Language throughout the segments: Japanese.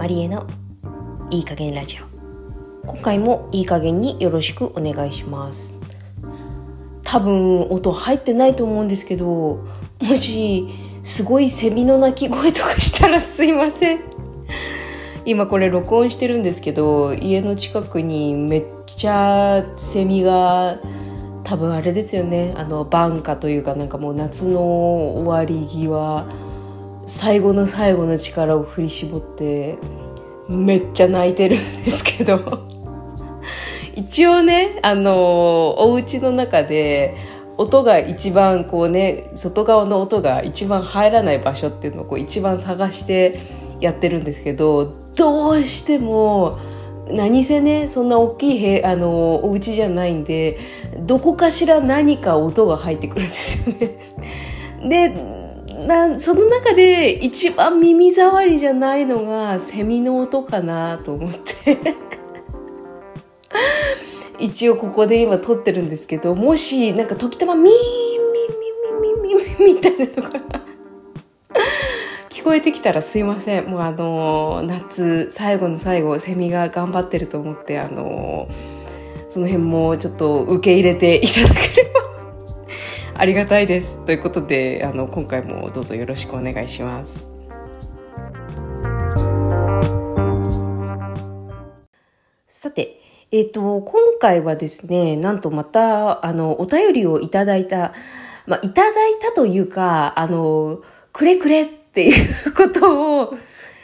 マリエのいい加減ラジオ。今回もいい加減によろしくお願いします。多分音入ってないと思うんですけど、もしすごいセミの鳴き声とかしたらすいません。今これ録音してるんですけど、家の近くにめっちゃセミが、多分あれですよね、晩夏というか、なんかもう夏の終わり際、最後の最後の力を振り絞ってめっちゃ泣いてるんですけど一応ね、お家の中で音が一番こうね、外側の音が一番入らない場所っていうのをこう一番探してやってるんですけど、どうしても何せね、そんな大きいお家じゃないんで、どこかしら何か音が入ってくるんですよね。でその中で一番耳障りじゃないのがセミの音かなと思って一応ここで今撮ってるんですけど、もしなんか時たまミーミーミーミーミーミーみたいなのが聞こえてきたらすいません。もう夏最後の最後、セミが頑張ってると思って、その辺もちょっと受け入れていただければありがたいです。ということで、今回もどうぞよろしくお願いします。さて、今回はですね、なんとまたお便りをいただいた、いただいたというか、くれくれっていうことを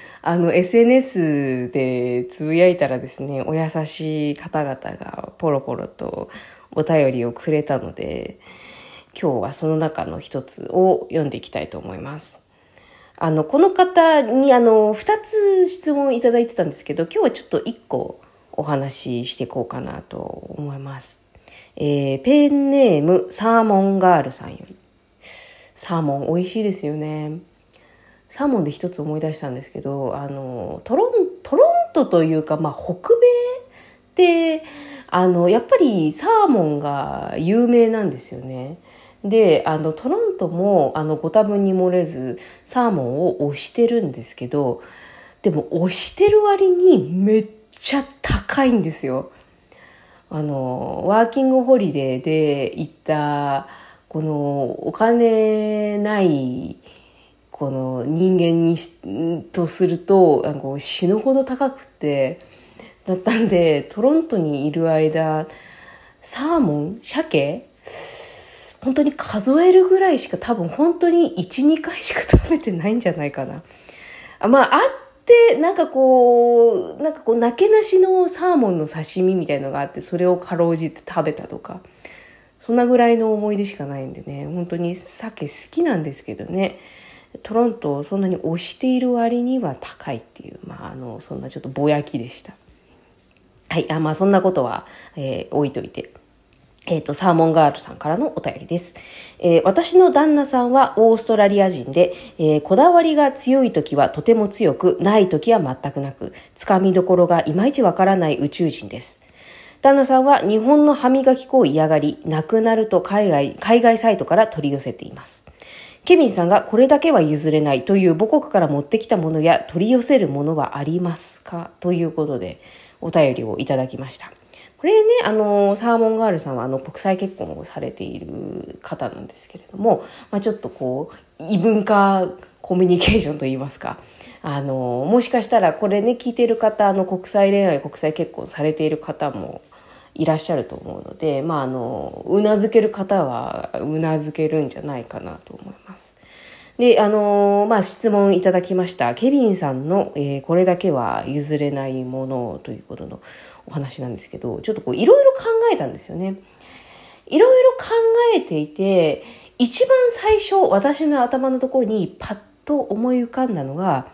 SNS でつぶやいたらですね、お優しい方々がポロポロとお便りをくれたので、今日はその中の一つを読んでいきたいと思います。この方に2つ質問いただいてたんですけど、今日はちょっと1個お話ししていこうかなと思います。ペンネームサーモンガールさんより。サーモン美味しいですよね。サーモンで一つ思い出したんですけど、トロントというか、北米ってやっぱりサーモンが有名なんですよね。でトロントもご多分に漏れずサーモンを推してるんですけど、でも推してる割にめっちゃ高いんですよ。ワーキングホリデーで行ったこのお金ないこの人間にとすると死ぬほど高くて、だったんでトロントにいる間サーモン、鮭本当に数えるぐらいしか、多分本当に 1,2 回しか食べてないんじゃないかな。あってなんかこうなけなしのサーモンの刺身みたいのがあって、それをかろうじて食べたとか、そんなぐらいの思い出しかないんでね、本当に鮭好きなんですけどね、トロントをそんなに推している割には高いっていう、そんなちょっとぼやきでした。はい、そんなことは、置いといて。サーモンガールさんからのお便りです。私の旦那さんはオーストラリア人で、こだわりが強い時はとても強く、ない時は全くなく、つかみどころがいまいちわからない宇宙人です。旦那さんは日本の歯磨き粉を嫌がり、なくなると海外サイトから取り寄せています。ケビンさんがこれだけは譲れないという母国から持ってきたものや取り寄せるものはありますか、ということでお便りをいただきました。これね、サーモンガールさんは国際結婚をされている方なんですけれども、ちょっとこう異文化コミュニケーションといいますか、もしかしたらこれね聞いている方、国際恋愛国際結婚されている方もいらっしゃると思うので、うなずける方はうなずけるんじゃないかなと思います。で、質問いただきましたケビンさんの、これだけは譲れないものということのお話なんですけど、ちょっとこういろいろ考えたんですよね。いろいろ考えていて、一番最初私の頭のところにパッと思い浮かんだのが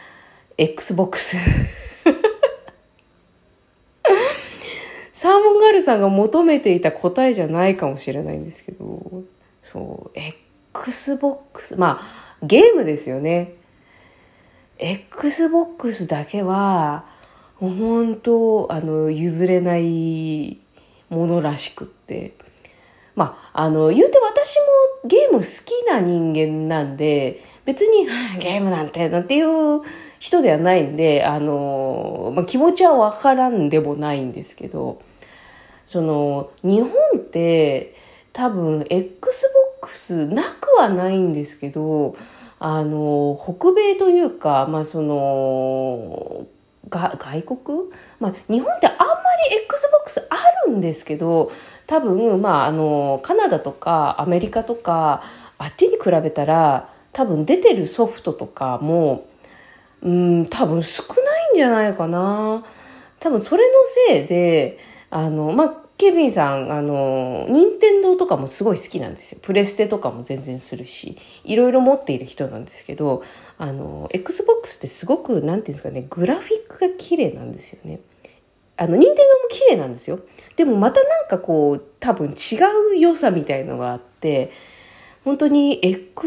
Xbox サーモンガールさんが求めていた答えじゃないかもしれないんですけど、そう、Xbox、ゲームですよね。Xbox だけはもう本当譲れないものらしくって、言うて私もゲーム好きな人間なんで、別にゲームなんていう人ではないんで、気持ちはわからんでもないんですけど、日本って多分 Xbox なくはないんですけど、北米というか、外国、日本ってあんまり Xbox あるんですけど、多分、カナダとかアメリカとか、あっちに比べたら、多分出てるソフトとかも、多分少ないんじゃないかな。多分それのせいで、ケビンさん、任天堂とかもすごい好きなんですよ。プレステとかも全然するし、いろいろ持っている人なんですけど、Xbox ってすごく、なんていうんですかね、グラフィックが綺麗なんですよね。任天堂も綺麗なんですよ。でもまたなんか多分違う良さみたいのがあって、本当に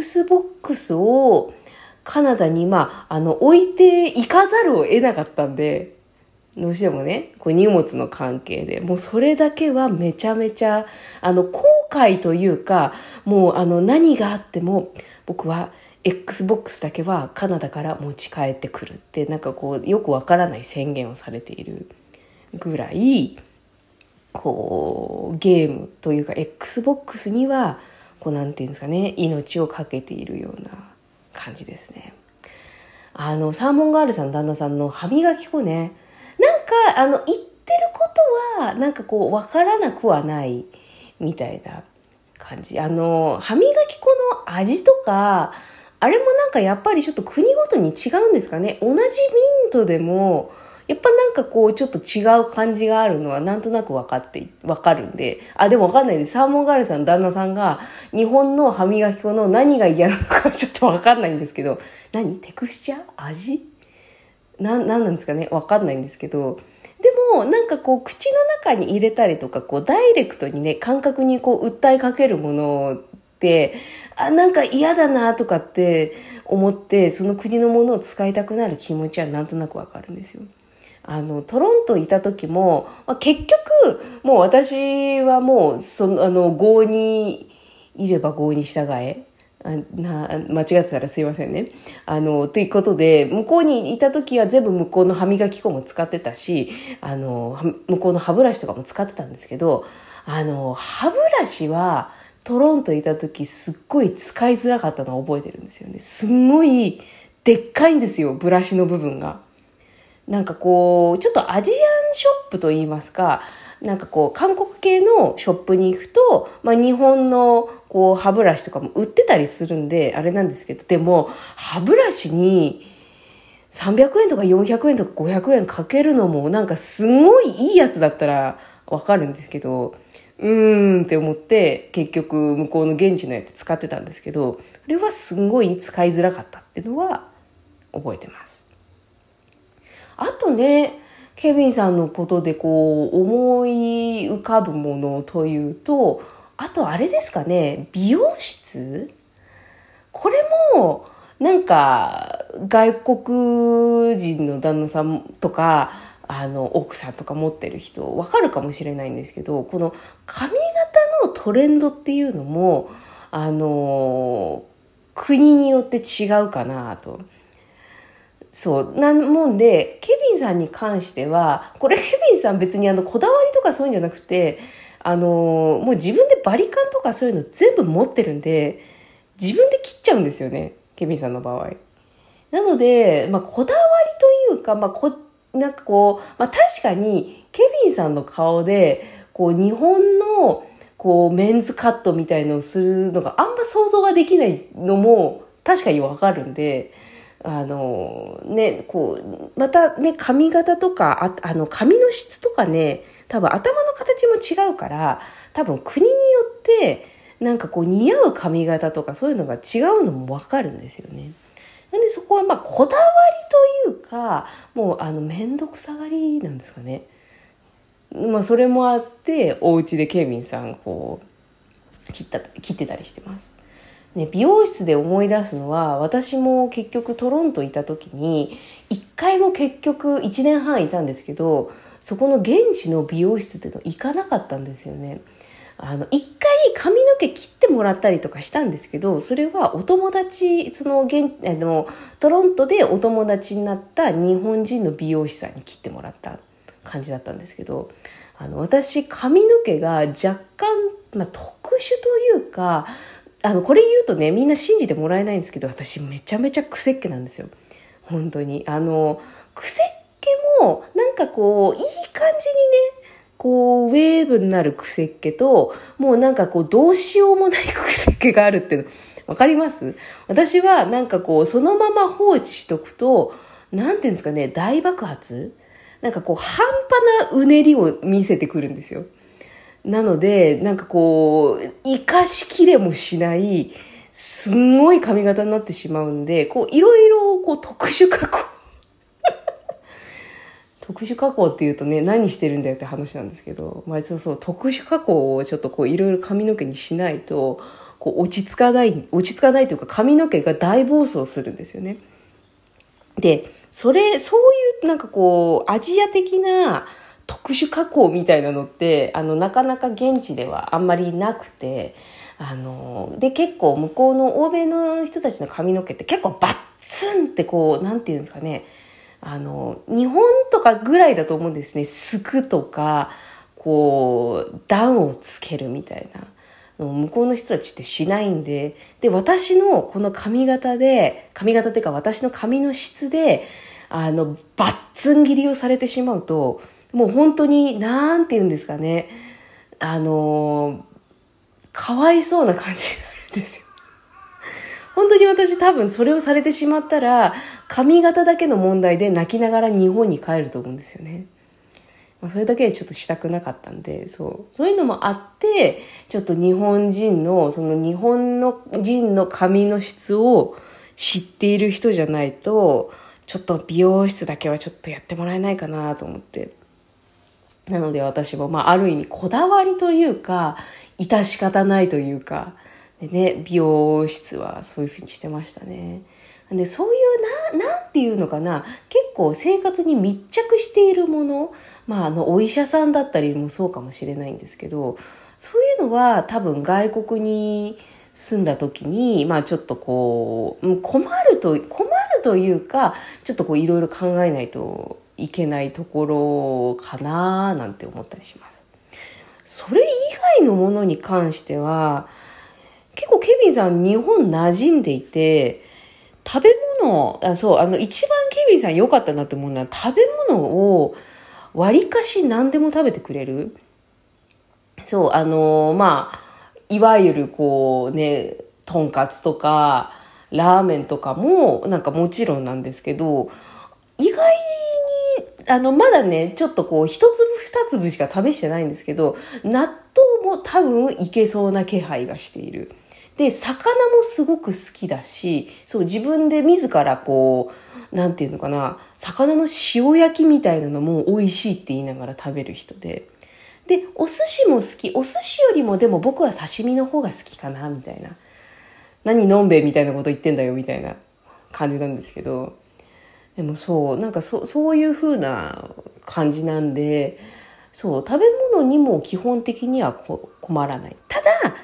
Xbox をカナダに置いていかざるを得なかったんで、どうしてもね、荷物の関係で、もうそれだけはめちゃめちゃ、後悔というか、もう何があっても、僕は Xbox だけはカナダから持ち帰ってくるって、なんかよくわからない宣言をされているぐらい、ゲームというか Xbox には、なんていうんですかね、命をかけているような感じですね。サーモンガールさん旦那さんの歯磨き粉ね、なんか言ってることはなんかわからなくはないみたいな感じ。歯磨き粉の味とか、あれもなんかやっぱりちょっと国ごとに違うんですかね。同じミントでもやっぱなんかちょっと違う感じがあるのはなんとなくわかるんで、でもわかんないです。サーモンガールさん旦那さんが日本の歯磨き粉の何が嫌なのかちょっとわかんないんですけど、テクスチャー味なんですかね、わかんないんですけど、でもなんか口の中に入れたりとかダイレクトにね、感覚に訴えかけるものってなんか嫌だなとかって思って、その国のものを使いたくなる気持ちはなんとなくわかるんですよ。トロントいた時も、結局もう私はもう郷にいれば郷に従え、間違ってたらすいませんね。ということで、向こうにいた時は全部向こうの歯磨き粉も使ってたし、向こうの歯ブラシとかも使ってたんですけど、歯ブラシはトロントいた時すっごい使いづらかったのを覚えてるんですよね。すんごいでっかいんですよ、ブラシの部分が。なんかちょっとアジアンショップといいますか、なんか韓国系のショップに行くと、日本の歯ブラシとかも売ってたりするんで、あれなんですけど、でも歯ブラシに300円とか400円とか500円かけるのもなんかすごいいいやつだったらわかるんですけど、って思って結局向こうの現地のやつ使ってたんですけど、あれはすごい使いづらかったっていうのは覚えてます。あとね、ケビンさんのことで思い浮かぶものというと、あとあれですかね、美容室？これもなんか外国人の旦那さんとか奥さんとか持ってる人わかるかもしれないんですけど、この髪型のトレンドっていうのも国によって違うかなと。そうなもんで、ケビンさんに関しては、これケビンさん別にこだわりとかそういうんじゃなくて、もう自分でバリカンとかそういうの全部持ってるんで、自分で切っちゃうんですよね、ケビンさんの場合。なので、こだわりというか、なんか確かにケビンさんの顔で、日本のメンズカットみたいのをするのがあんま想像ができないのも確かにわかるんで、またね、髪型とか、髪の質とかね、多分頭の形も違うから、多分国によって、なんか似合う髪型とかそういうのが違うのもわかるんですよね。なんでそこはこだわりというか、もうめんどくさがりなんですかね。それもあって、お家でケビンさん切ってたりしてます。ね、美容室で思い出すのは、私も結局トロントいた時に一回も結局1年半いたんですけど、そこの現地の美容室っての行かなかったんですよね。 一回髪の毛切ってもらったりとかしたんですけど、それはお友達、トロントでお友達になった日本人の美容師さんに切ってもらった感じだったんですけど、私髪の毛が若干、特殊というか、これ言うとね、みんな信じてもらえないんですけど、私めちゃめちゃ癖っ気なんですよ。本当に。癖っ気も、なんかこう、いい感じにね、こう、ウェーブになる癖っ気と、もうなんかこう、どうしようもない癖っ気があるっていうの、わかります？私はなんかこう、そのまま放置しとくと、なんていうんですかね、大爆発？なんかこう、半端なうねりを見せてくるんですよ。なので、なんかこう、生かしきれもしない、すんごい髪型になってしまうんで、こう、いろいろ、こう、特殊加工。特殊加工っていうとね、何してるんだよって話なんですけど、そうそう、特殊加工をちょっとこう、いろいろ髪の毛にしないと、こう、落ち着かないというか、髪の毛が大暴走するんですよね。で、そういうなんかこう、アジア的な特殊加工みたいなのって、なかなか現地ではあんまりなくて、で、結構向こうの欧米の人たちの髪の毛って結構バッツンってこう、なんていうんですかね、日本とかぐらいだと思うんですね。すくとか、こう、段をつけるみたいな。向こうの人たちってしないんで、私のこの髪型っていうか私の髪の質で、バッツン切りをされてしまうと、もう本当に、なんて言うんですかね、かわいそうな感じになるんですよ。本当に私多分それをされてしまったら、髪型だけの問題で泣きながら日本に帰ると思うんですよね。それだけでちょっとしたくなかったんで、そういうのもあって、ちょっと日本人の髪の質を知っている人じゃないと、ちょっと美容室だけはちょっとやってもらえないかなと思って。なので私もある意味こだわりというか、致し方ないというか、でね、美容室はそういうふうにしてましたね。で、そういうなんていうのかな、結構生活に密着しているもの、お医者さんだったりもそうかもしれないんですけど、そういうのは多分外国に住んだ時に、ちょっとこう、困るというか、ちょっとこういろいろ考えないといけないところかななんて思ったりします。それ以外のものに関しては、結構ケビンさん日本馴染んでいて、食べ物、一番ケビンさん良かったなって思うのは、食べ物を割かし何でも食べてくれる。いわゆるこうね、とんかつとか、ラーメンとかも、なんかもちろんなんですけど、意外に、まだね、ちょっとこう、一粒二粒しか試してないんですけど、納豆も多分いけそうな気配がしている。で、魚もすごく好きだし、自分で自らこう、なんていうのかな、魚の塩焼きみたいなのも美味しいって言いながら食べる人で。で、お寿司も好き。お寿司よりもでも僕は刺身の方が好きかな、みたいな。何のんべえみたいなこと言ってんだよ、みたいな感じなんですけど。でもなんかそういう風な感じなんで、食べ物にも基本的には困らない。ただ、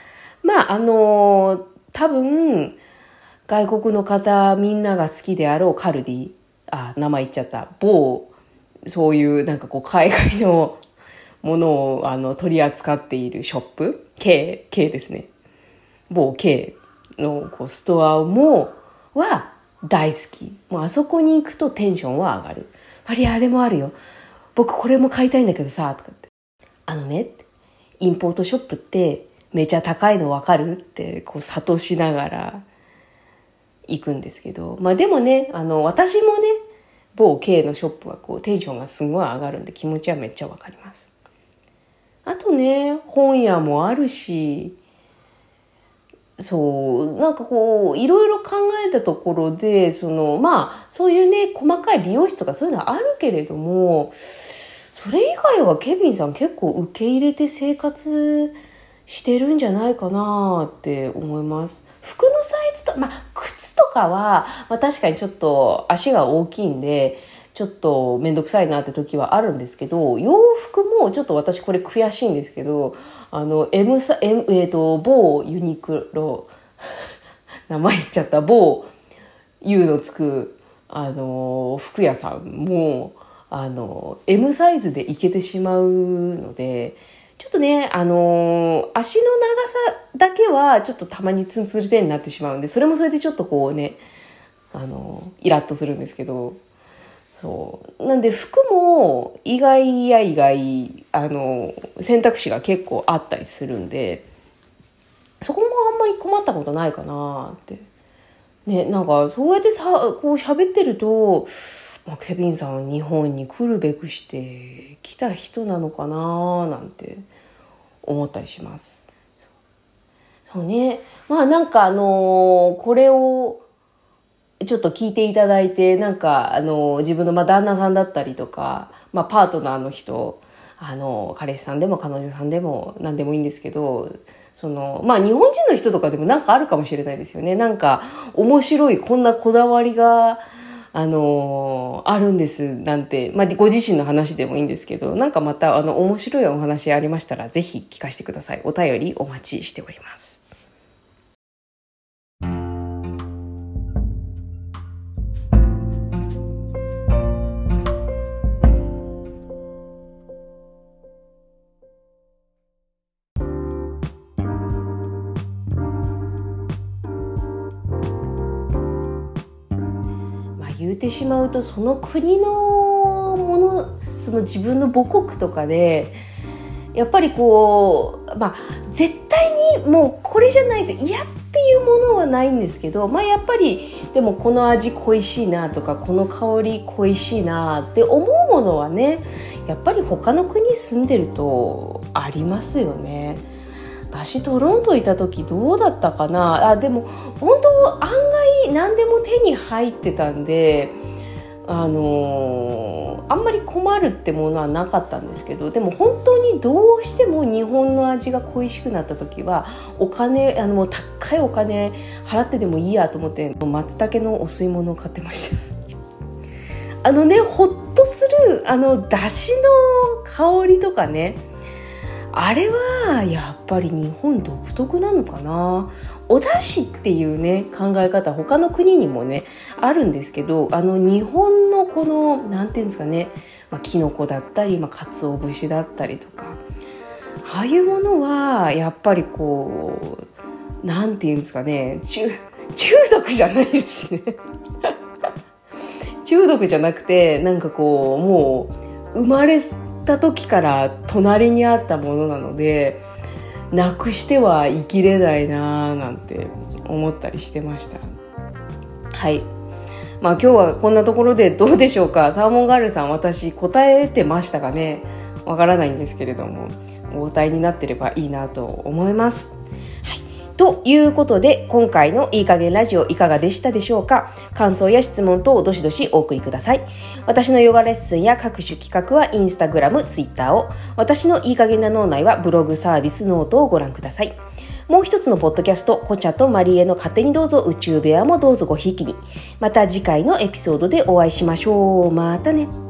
多分、外国の方みんなが好きであろうカルディ、名前言っちゃった、そういうなんかこう海外のものを取り扱っているショップ、K ですね。某 K のこうストアは大好き。もうあそこに行くとテンションは上がる。あれもあるよ。僕これも買いたいんだけどさ、とかって。インポートショップってめちゃ高いの分かるってこう諭しながら行くんですけど、でもね、私もね、某 K のショップはこうテンションがすごい上がるんで気持ちはめっちゃ分かります。あとね、本屋もあるし、なんかこういろいろ考えたところでそういうね細かい美容室とかそういうのはあるけれども、それ以外はケビンさん結構受け入れて生活してるんじゃないかなって思います。服のサイズと靴とかは、確かにちょっと足が大きいんでちょっとめんどくさいなって時はあるんですけど、洋服もちょっと私これ悔しいんですけど、 某ユニクロ、名前言っちゃった、某 U のつく、服屋さんも、M サイズでいけてしまうので、ちょっとね、足の長さだけはちょっとたまにツンツルテンになってしまうんで、それもそれでちょっとこうね、イラッとするんですけど、そうなんで服も意外や意外選択肢が結構あったりするんで、そこもあんまり困ったことないかなってね。なんかそうやってこう喋ってると、ケビンさんは日本に来るべくして来た人なのかななんて思ったりします。そうね、なんかこれをちょっと聞いていただいて、なんか自分の旦那さんだったりとか、パートナーの人、彼氏さんでも彼女さんでも何でもいいんですけど、日本人の人とかでもなんかあるかもしれないですよね。なんか面白いこんなこだわりがあるんですなんて、ご自身の話でもいいんですけど、なんかまた面白いお話ありましたらぜひ聞かせてください。お便りお待ちしております。言うてしまうと、その国のもの、その自分の母国とかでやっぱりこう、絶対にもうこれじゃないと嫌っていうものはないんですけど、やっぱりでもこの味恋しいなとか、この香り恋しいなって思うものはね、やっぱり他の国住んでるとありますよね。私トロントいた時どうだったかな。でも本当案外何でも手に入ってたんで、あんまり困るってものはなかったんですけど、でも本当にどうしても日本の味が恋しくなった時はもう高いお金払ってでもいいやと思って松茸のお吸い物を買ってましたほっとする出汁の香りとかね、あれはやっぱり日本独特なのかな。お出汁っていうね考え方他の国にもねあるんですけど、日本のこのなんていうんですかね、キノコだったり鰹節だったりとか、ああいうものはやっぱりこうなんていうんですかね、中毒じゃないですね中毒じゃなくて、なんかこうもう生まれた時から隣にあったものなので、なくしては生きれないななんて思ったりしてました。はい。今日はこんなところでどうでしょうか。サーモンガールさん、私答えてましたかね。わからないんですけれども、お答えになってればいいなと思います。はい。ということで、今回のいい加減ラジオいかがでしたでしょうか。感想や質問等どしどしお送りください。私のヨガレッスンや各種企画はインスタグラム、ツイッターを、私のいい加減な脳内はブログサービスノートをご覧ください。もう一つのポッドキャスト、コチャとマリエの勝手にどうぞ宇宙部屋もどうぞごひいきに。また次回のエピソードでお会いしましょう。またね。